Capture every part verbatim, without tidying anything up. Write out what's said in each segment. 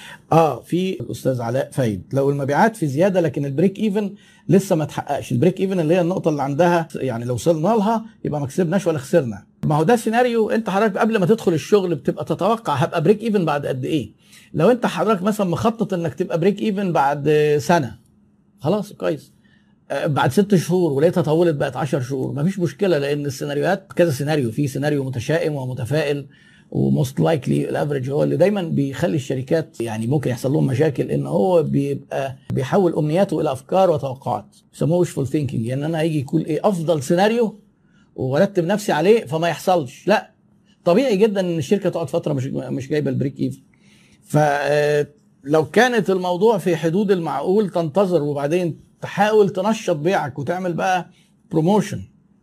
اه في الاستاذ علاء فايد، لو المبيعات في زياده لكن البريك ايفن لسه ما تحققش، البريك ايفن اللي هي النقطه اللي عندها يعني لو وصلنا لها يبقى ما كسبناش ولا خسرنا. ما هو ده سيناريو انت حضرتك قبل ما تدخل الشغل بتبقى تتوقع هبقى بريك ايفن بعد قد ايه. لو انت حضرتك مثلا مخطط انك تبقى بريك ايفن بعد سنه، خلاص كويس. بعد ست شهور ولقيتها طولت بقت عشر شهور، مفيش مشكله، لان السيناريوهات كذا سيناريو، في سيناريو متشائم ومتفائل، وموست لايكلي الافريج هو اللي دايما بيخلي الشركات يعني ممكن يحصل لهم مشاكل، ان هو بيبقى بيحول امنياته الى افكار وتوقعات، يسموه وishful thinking، يعني انا هيجي يكون ايه افضل سيناريو وارتب نفسي عليه فما يحصلش. لا، طبيعي جدا ان الشركه تقعد فتره مش مش جايبه البريك ايفن. فلو كانت الموضوع في حدود المعقول تنتظر وبعدين تحاول تنشط بيعك وتعمل بقى بروموشن.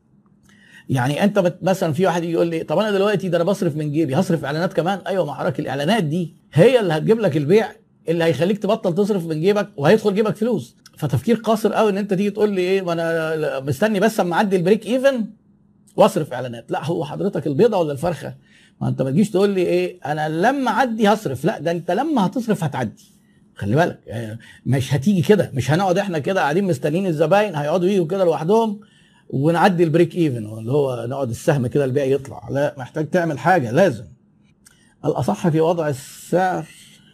يعني انت مثلا في واحد يقول لي طب انا دلوقتي ده انا بصرف من جيبي، هصرف اعلانات كمان؟ ايوه، ما حضرتك الاعلانات دي هي اللي هتجيب لك البيع اللي هيخليك تبطل تصرف من جيبك وهيدخل جيبك فلوس. فتفكير قاصر قوي ان انت تيجي تقول لي ايه ما انا مستني بس اما اعدي البريك ايفن واصرف اعلانات. لا، هو حضرتك البيضه ولا الفرخه؟ ما انت ما تجيش تقول لي ايه انا لما اعدي هصرف، لا ده انت لما هتصرف هتعدي. خلي بالك مش هتيجي كده، مش هنقعد احنا كده قاعدين مستنيين الزباين هيقعدوا يجوا كده لوحدهم ونعدي البريك ايفن اللي هو نقعد السهم كده البيع يطلع. لا، محتاج تعمل حاجه لازم. الاصح في وضع السعر.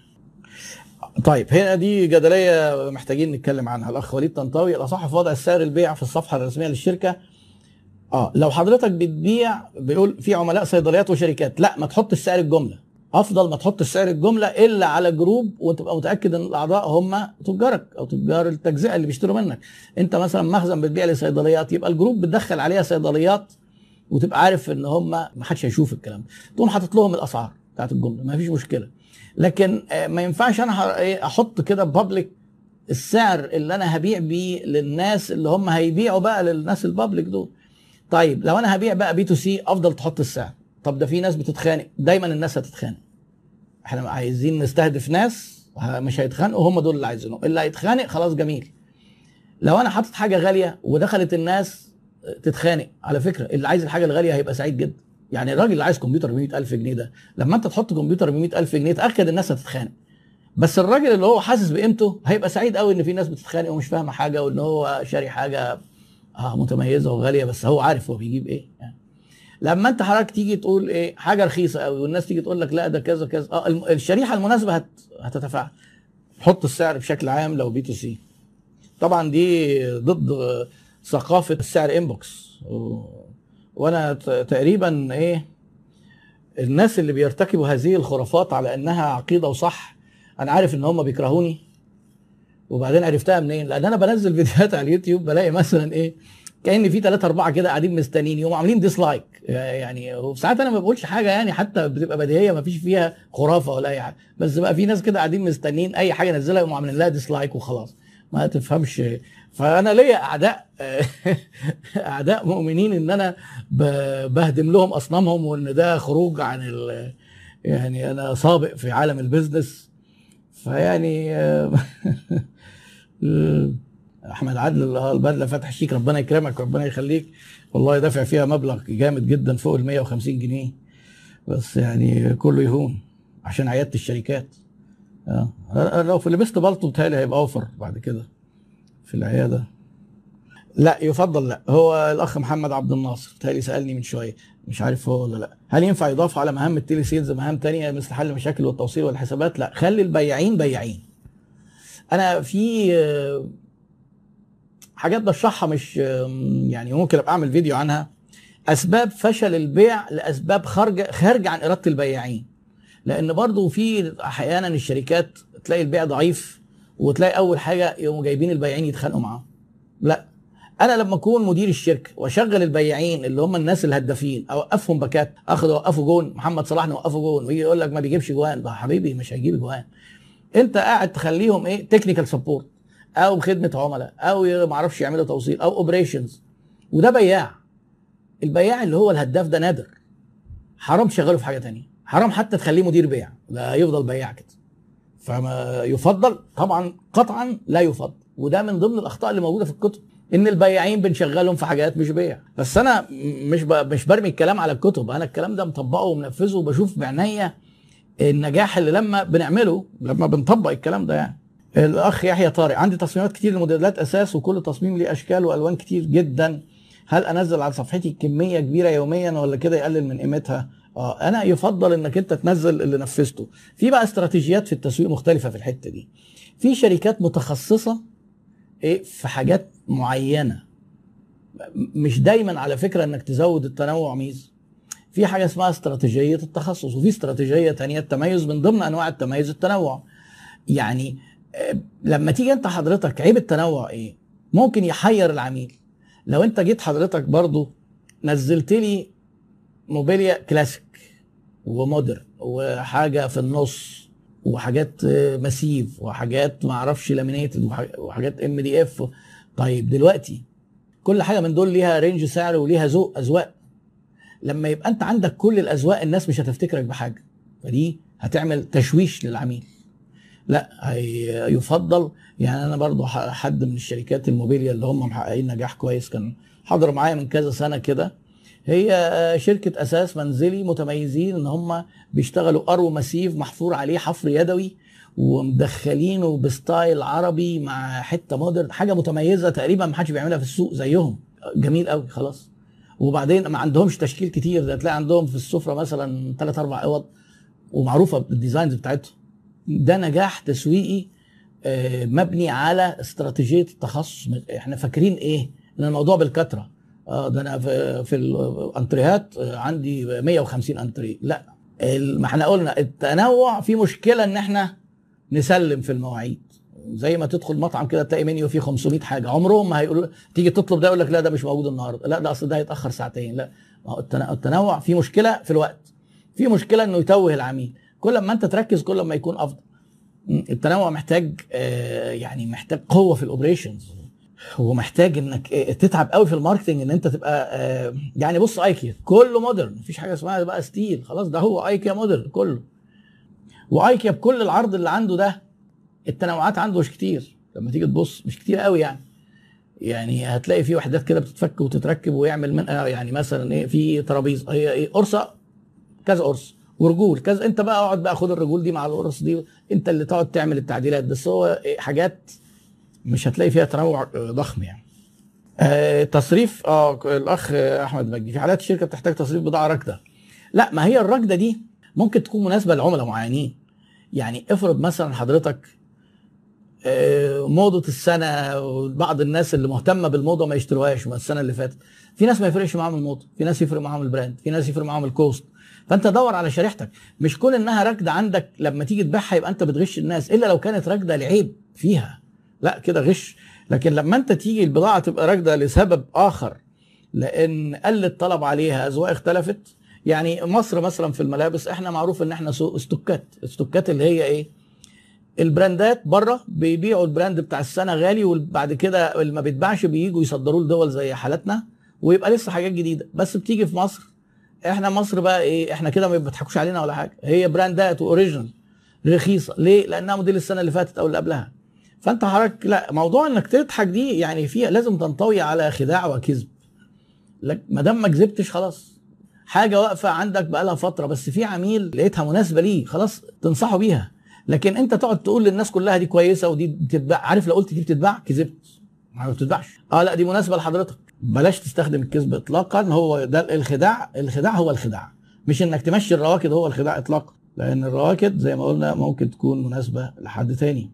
طيب هنا دي جدليه محتاجين نتكلم عنها. الاخ وليد طنطاوي، الاصح في وضع السعر البيع في الصفحه الرسميه للشركه. اه لو حضرتك بتبيع، بيقول في عملاء صيدليات وشركات، لا ما تحطش سعر الجمله، افضل ما تحط سعر الجمله الا على جروب وتبقى متاكد ان الاعضاء هم تجارك او تجار التجزئه اللي بيشتروا منك. انت مثلا مخزن بتبيع لصيدليات، يبقى الجروب بتدخل عليها صيدليات وتبقى عارف ان هم ما حدش هيشوف الكلام، تقوم حاطط لهم الاسعار بتاعت الجمله، ما فيش مشكله. لكن ما ينفعش انا احط كده بابليك السعر اللي انا هبيع بيه للناس اللي هم هيبيعوا بقى للناس البابليك دول. طيب لو انا هبيع بقى بي تو سي افضل تحط السعر. طب ده في ناس بتتخانق، دايما الناس هتتخانق، احنا عايزين نستهدف ناس مش هيتخانقوا، هم دول اللي عايزينه، اللي هيتخانق خلاص جميل. لو انا حاطط حاجه غاليه ودخلت الناس تتخانق، على فكره اللي عايز الحاجه الغاليه هيبقى سعيد جدا. يعني الراجل اللي عايز كمبيوتر ب مئة ألف جنيه ده، لما انت تحط كمبيوتر ب مئة ألف جنيه تاكد الناس هتتخانق، بس الراجل اللي هو حاسس بقيمته هيبقى سعيد قوي ان في ناس بتتخانق ومش فاهمه حاجه، وان هو شاري حاجه اه متميزه وغاليه بس هو عارف هو بيجيب ايه يعني. لما انت حضرتك تيجي تقول ايه حاجه رخيصه قوي والناس تيجي تقول لك لا ده كذا كذا، اه الشريحه المناسبه هت... هتتفاعل. حط السعر بشكل عام لو بي تو سي. طبعا دي ضد ثقافه السعر انبوكس، و... وانا تقريبا ايه الناس اللي بيرتكبوا هذه الخرافات على انها عقيده وصح، انا عارف ان هم بيكرهوني. وبعدين عرفتها منين؟ لان انا بنزل فيديوهات على اليوتيوب بلاقي مثلا ايه كأن في ثلاثة أربعة كده قاعدين مستنيين يقوموا عاملين ديسلايك، يعني وساعات انا ما بقولش حاجه يعني حتى بتبقى بديهيه ما فيش فيها خرافه ولا اي حاجه، بس بقى في ناس كده قاعدين مستنيين اي حاجه ينزلها يقوموا عاملين لها ديسلايك وخلاص ما تفهمش. فانا ليا اعداء اعداء مؤمنين ان انا بهدم لهم اصنامهم وان ده خروج عن ال يعني انا سابق في عالم البيزنس. فيعني احمد عادل البدله فتح شيك، ربنا يكرمك ربنا يخليك، والله دافع فيها مبلغ جامد جدا فوق ال مئة وخمسين جنيه، بس يعني كله يهون عشان عياده الشركات. اه لو في لبست بلطو بتهيألي هيبقى اوفر بعد كده في العياده. لا يفضل لا. هو الاخ محمد عبد الناصر بتهيألي سالني من شويه، مش عارف هو ولا لا، هل ينفع يضاف على مهام التيلي سيلز مهام ثانيه مثل حل المشاكل والتوصيل والحسابات؟ لا، خلي البياعين بياعين. انا في حاجات بشرحها مش يعني ممكن ابقى اعمل فيديو عنها، اسباب فشل البيع لاسباب خارجه خارجه عن اراده البياعين. لان برضو في احيانا الشركات تلاقي البيع ضعيف وتلاقي اول حاجه يقوموا جايبين البياعين يتخانقوا معاهم. لا، انا لما اكون مدير الشركه واشغل البياعين اللي هم الناس الهدافين اوقفهم باكات، اخد اوقفه جون، محمد صلاح نوقفه جون، ويجي يقول لك ما بيجيبش جوان، ده حبيبي مش هيجيب جوان. انت قاعد تخليهم ايه تكنيكال سبورت او خدمه عملاء او ما اعرفش يعملوا توصيل او اوبريشنز، وده بياع. البياع اللي هو الهداف ده نادر، حرام تشغله في حاجه ثانيه، حرام حتى تخليه مدير بيع، لا يفضل بياع كده. فما يفضل طبعا قطعا لا يفضل، وده من ضمن الاخطاء اللي موجوده في الكتب ان البياعين بنشغلهم في حاجات مش بيع. بس انا مش مش برمي الكلام على الكتب، انا الكلام ده مطبقه ومنفذه وبشوف بعناية النجاح اللي لما بنعمله، لما بنطبق الكلام ده يعني. الاخ يحيى طارق: عندي تصميمات كتير لموديلات اساس، وكل تصميم ليه اشكال والوان كتير جدا، هل انزل على صفحتي كميه كبيره يوميا ولا كده يقلل من قيمتها؟ اه انا يفضل انك انت تنزل اللي نفذته. في بقى استراتيجيات في التسويق مختلفه في الحته دي. في شركات متخصصه ايه في حاجات معينه، مش دايما على فكره انك تزود التنوع ميزه. في حاجه اسمها استراتيجيه التخصص، وفي استراتيجيه تانية التميز، من ضمن انواع التميز التنوع. يعني لما تيجي انت حضرتك، عيب التنوع ايه؟ ممكن يحير العميل. لو انت جيت حضرتك برضو نزلت لي موبيليا كلاسيك ومودرن وحاجه في النص وحاجات مسيف وحاجات ما اعرفش لامينيتد وحاجات ام دي اف، طيب دلوقتي كل حاجه من دول ليها رينج سعر وليها ذوق اذواق. لما يبقى انت عندك كل الاذواق الناس مش هتفتكرك بحاجه، فدي هتعمل تشويش للعميل. لا يفضل يعني. انا برضو حد من الشركات الموبيليا اللي هم محققين نجاح كويس كان حاضر معايا من كذا سنه كده، هي شركه اساس منزلي متميزين ان هم بيشتغلوا ارو مسيف محفور عليه حفر يدوي ومدخلينه بستايل عربي مع حته مودرن، حاجه متميزه تقريبا ما حدش بيعملها في السوق زيهم. جميل قوي خلاص. وبعدين ما عندهمش تشكيل كتير، ده تلاقي عندهم في السفره مثلا ثلاث اربع اوض ومعروفه بالديزاينز بتاعتهم. ده نجاح تسويقي مبني على استراتيجيه التخصص. احنا فاكرين ايه؟ ان الموضوع بالكثره. اه ده انا في, في الانتريهات عندي مية وخمسين انتريه. لا، ما احنا قلنا التنوع في مشكله ان احنا نسلم في المواعيد. زي ما تدخل مطعم كده تلاقي منيو فيه خمسمية حاجه، عمرهم ما هيقولوا تيجي تطلب ده يقول لك لا ده مش موجود النهارده، لا ده اصل ده هيتاخر ساعتين. لا، التنوع في مشكله في الوقت، في مشكله انه يتوه العميل. كل ما انت تركز كل ما يكون افضل. التنوع محتاج يعني محتاج قوه في الاوبريشنز، ومحتاج انك تتعب قوي في الماركتنج، ان انت تبقى يعني بص ايكيا كله مودرن، مفيش حاجه اسمها بقى ستيل، خلاص ده هو ايكيا مودرن كله. وايكيا بكل العرض اللي عنده ده التنوعات عنده مش كتير، لما تيجي تبص مش كتير قوي يعني. يعني هتلاقي في وحدات كده بتتفك وتتركب ويعمل من يعني مثلا ايه في ترابيزه هي ايه قرصه كذا قرص ورجول كذا، انت بقى اقعد بقى خد الرجول دي مع القرص دي، انت اللي تقعد تعمل التعديلات. بس هو إيه حاجات مش هتلاقي فيها تنوع ضخم يعني. آه تصريف اه الاخ احمد مجدي: في حالات الشركه بتحتاج تصريف بضاعه راكده. لا، ما هي الراكده دي ممكن تكون مناسبه لعملاء معينين. يعني افرض مثلا حضرتك آه موضه السنه، وبعض الناس اللي مهتمه بالموضه ما يشتروهاش من السنه اللي فاتت. في ناس ما يفرقش معاهم الموضه، في ناس يفرق معاهم البراند، في ناس يفرق معاهم الكوست. فانت دور على شريحتك، مش كون انها راكده عندك لما تيجي تبيعها يبقى انت بتغش الناس، الا لو كانت راكده لعيب فيها، لا كده غش. لكن لما انت تيجي البضاعه تبقى راكده لسبب اخر، لان قل الطلب عليها، اذواق اختلفت. يعني مصر مثلا في الملابس احنا معروف ان احنا سوق استوكات، استوكات اللي هي ايه؟ البراندات بره بيبيعوا البراند بتاع السنه غالي، وبعد كده اللي ما بيتباعش بييجوا يصدروه لدول زي حالتنا، ويبقى لسه حاجات جديده. بس بتيجي في مصر، احنا مصر بقى ايه؟ احنا كده ما بيضحكوش علينا ولا حاجه، هي براندات واوريجينال رخيصه. ليه؟ لانها موديل السنه اللي فاتت او اللي قبلها. فانت حضرتك لا، موضوع انك تضحك دي يعني فيها لازم تنطوي على خداع وكذب. ما دام ما كذبتش خلاص، حاجه واقفه عندك بقى لها فتره بس في عميل لقيتها مناسبه ليه، خلاص تنصحه بيها. لكن انت تقعد تقول للناس كلها دي كويسه ودي بتتباع، عارف لو قلت دي بتتباع كذبت، ما بتتباعش. اه لا دي مناسبه لحضرتك. بلاش تستخدم الكذب اطلاقا. هو ده الخداع، الخداع هو الخداع، مش انك تمشي الرواكد هو الخداع اطلاقا، لان الرواكد زي ما قلنا ممكن تكون مناسبه لحد تاني.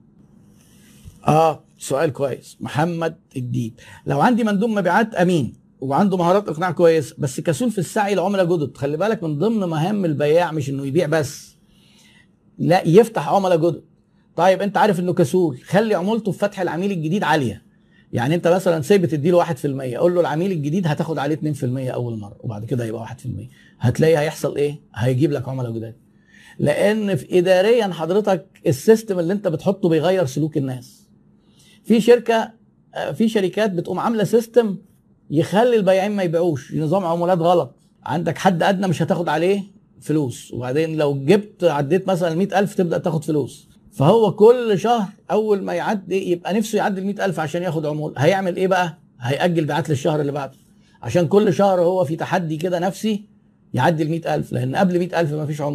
اه سؤال كويس. محمد الديب: لو عندي مندوب مبيعات امين وعنده مهارات اقناع كويس بس كسول في السعي لعملاء جدد، خلي بالك من ضمن مهام البياع مش انه يبيع بس، لا يفتح عملاء جدد. طيب انت عارف انه كسول، خلي عمولته في فتح العميل الجديد عاليه. يعني انت مثلا سي بتديله واحد في المية، قول له العميل الجديد هتاخد عليه اتنين في المية اول مره وبعد كده يبقى واحد في المية، هتلاقي هيحصل ايه؟ هيجيب لك عملاء جداد. لان في اداريا حضرتك السيستم اللي انت بتحطه بيغير سلوك الناس. في شركه في شركات بتقوم عامله سيستم يخلي البياعين ما يبيعوش، نظام عمولات غلط. عندك حد ادنى مش هتاخد عليه فلوس، وبعدين لو جبت عديت مثلا مئة ألف تبدا تاخد فلوس. فهو كل شهر اول ما يعدي يبقى نفسه يعدي ال مئة ألف عشان ياخد عموله. هيعمل ايه بقى؟ هيأجل بيعات للشهر اللي بعده، عشان كل شهر هو في تحدي كده نفسي يعدي ال مئة ألف، لان قبل مئة ألف ما فيش عموله.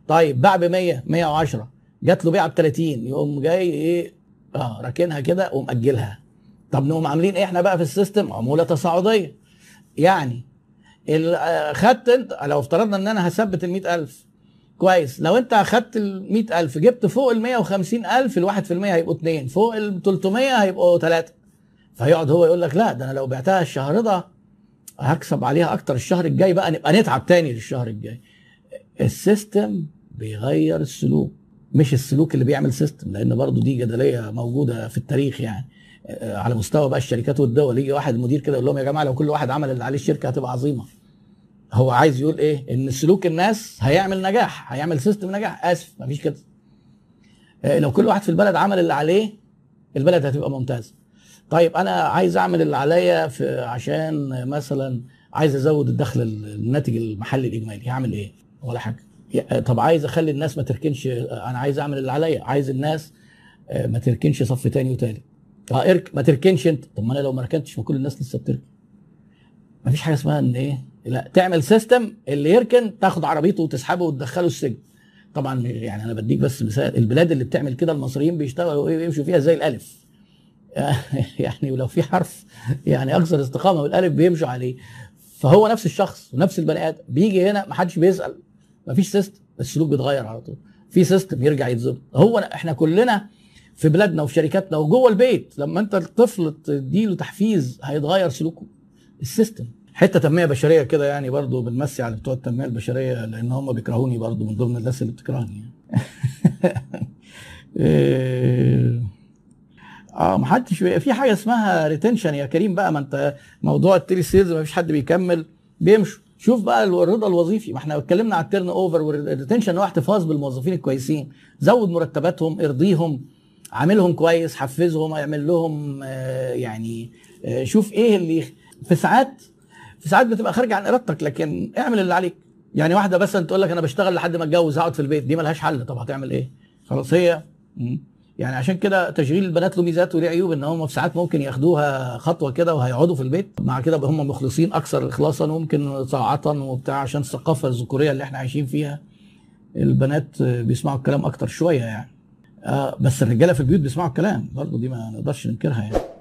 طيب باع ب مية مية وعشرة، جات له بيعه ب تلاتين، يقوم جاي ايه اه راكنها كده ومأجلها. طب نقوم عاملين ايه احنا بقى في السيستم؟ عموله تصاعديه. يعني ال- خدت انت، لو افترضنا ان انا هثبت ال مية ألف كويس، لو انت اخدت ال مية ألف جبت فوق ال مية وخمسين ألف، ال واحد في المية هيبقوا اتنين، فوق ال تلتمية هيبقوا تلاتة. فيقعد هو يقول لك لا ده انا لو بعتها الشهر ده هكسب عليها اكتر، الشهر الجاي بقى نبقى نتعب تاني للشهر الجاي. السيستم بيغير السلوك، مش السلوك اللي بيعمل سيستم، لان برضو دي جدليه موجوده في التاريخ يعني. آه، على مستوى بقى الشركات والدول، يجي واحد مدير كده يقول لهم يا جماعه لو كل واحد عمل اللي عليه الشركه هتبقى عظيمه. هو عايز يقول ايه؟ ان سلوك الناس هيعمل نجاح، هيعمل سيستم نجاح. اسف مفيش كده. آه، لو كل واحد في البلد عمل اللي عليه البلد هتبقى ممتازه. طيب انا عايز اعمل اللي عليا في عشان مثلا عايز ازود الدخل الناتج المحلي الاجمالي، هعمل ايه؟ ولا حاجه. طب عايز اخلي الناس ما تركنش، انا عايز اعمل اللي عليا، عايز الناس ما تركنش صف تاني وتالت. اه ارك ما تركنش انت. طب ما انا لو ما ركنتش ما كل الناس لسه بتركن. ما فيش حاجه اسمها ان ايه، لا تعمل سيستم اللي يركن تاخد عربيته وتسحبه وتدخله السجن. طبعا يعني انا بديك بس مثال، البلاد اللي بتعمل كده المصريين بيشتغلوا ايه، بيمشوا فيها زي الالف. يعني ولو في حرف يعني اكثر استقامه من الالف بيمشوا عليه. فهو نفس الشخص ونفس البني ادم بيجي هنا ما حدش بيسال، ما فيش سيستم، السلوك بيتغير على طول. في سيستم يرجع يتظبط. هو احنا كلنا في بلادنا وفي شركاتنا وجوه البيت، لما انت الطفل تديله تحفيز هيتغير سلوكه. السيستم حته تنميه بشريه كده يعني، برضو بنمسي على بتوع التنميه البشريه لان هم بيكرهوني، برضو من ضمن الناس اللي بتكرهني يعني. اه ما حدش في حاجه اسمها ريتنشن يا كريم بقى. ما انت موضوع التيلي سيلز ما فيش حد بيكمل، بيمشوا. شوف بقى الرضا الوظيفي، ما احنا اتكلمنا على التيرن اوفر والريتنشن، هو احتفاظ بالموظفين الكويسين. زود مرتباتهم، ارضيهم، عاملهم كويس، حفزهم، اعمل لهم آه يعني آه شوف ايه اللي في ساعات في ساعات بتبقى خارجه عن ارادتك، لكن اعمل اللي عليك. يعني واحده مثلا تقول لك انا بشتغل لحد ما اتجوز هقعد في البيت، دي ملهاش حل. طب هتعمل ايه؟ خلاص هي م. يعني عشان كده تشغيل البنات له ميزات وله عيوب، ان هم في ساعات ممكن ياخدوها خطوه كده وهيقعدوا في البيت، مع كده هم مخلصين اكثر اخلاصا وممكن طاعه وبتاع، عشان الثقافه الذكوريه اللي احنا عايشين فيها البنات بيسمعوا الكلام اكتر شويه يعني. آه بس الرجاله في البيوت بيسمعوا الكلام برضه، دي ما نقدرش ننكرها يعني.